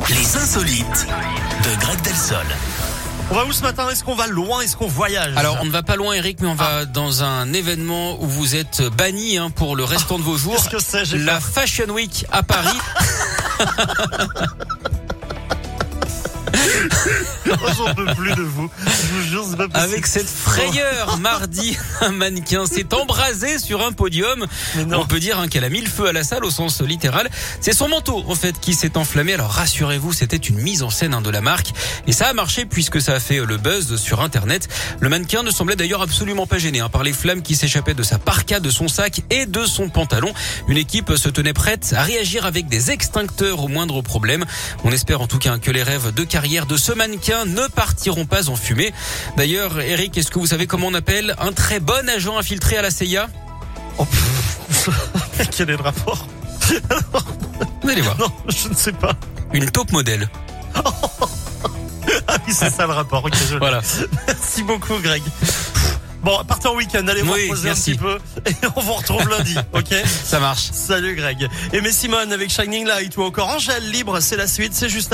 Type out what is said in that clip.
Les insolites de Greg Delsol. On va où ce matin? Est-ce qu'on va loin? Est-ce qu'on voyage? Alors, on ne va pas loin, Eric, mais on va dans un événement où vous êtes banni pour le restant de vos jours. Qu'est-ce que c'est? J'ai La peur. Fashion Week à Paris. Oh, j'en peux plus de vous. Je vous jure, c'est pas possible. Avec cette frayeur, mardi, un mannequin s'est embrasé sur un podium. Mais non. On peut dire qu'elle a mis le feu à la salle au sens littéral. C'est son manteau, en fait, qui s'est enflammé. Alors, rassurez-vous, c'était une mise en scène de la marque. Et ça a marché puisque ça a fait le buzz sur Internet. Le mannequin ne semblait d'ailleurs absolument pas gêné par les flammes qui s'échappaient de sa parka, de son sac et de son pantalon. Une équipe se tenait prête à réagir avec des extincteurs au moindre problème. On espère en tout cas que les rêves de carrière de ce mannequin ne partiront pas en fumée. D'ailleurs, Eric, est-ce que vous savez comment on appelle un très bon agent infiltré à la CIA? Oh, quel est le rapport? Vous allez voir. Non, je ne sais pas. Une taupe modèle. Ah oui, c'est ça le rapport. Ok, je l'ai. Voilà. Merci beaucoup, Greg. Bon, partez en week-end, allez vous Oui, reposer merci. un petit peu et on vous retrouve lundi, ok? Ça marche. Salut Greg. Et mais Simone avec Shining Light ou encore Angèle Libre, c'est la suite, c'est juste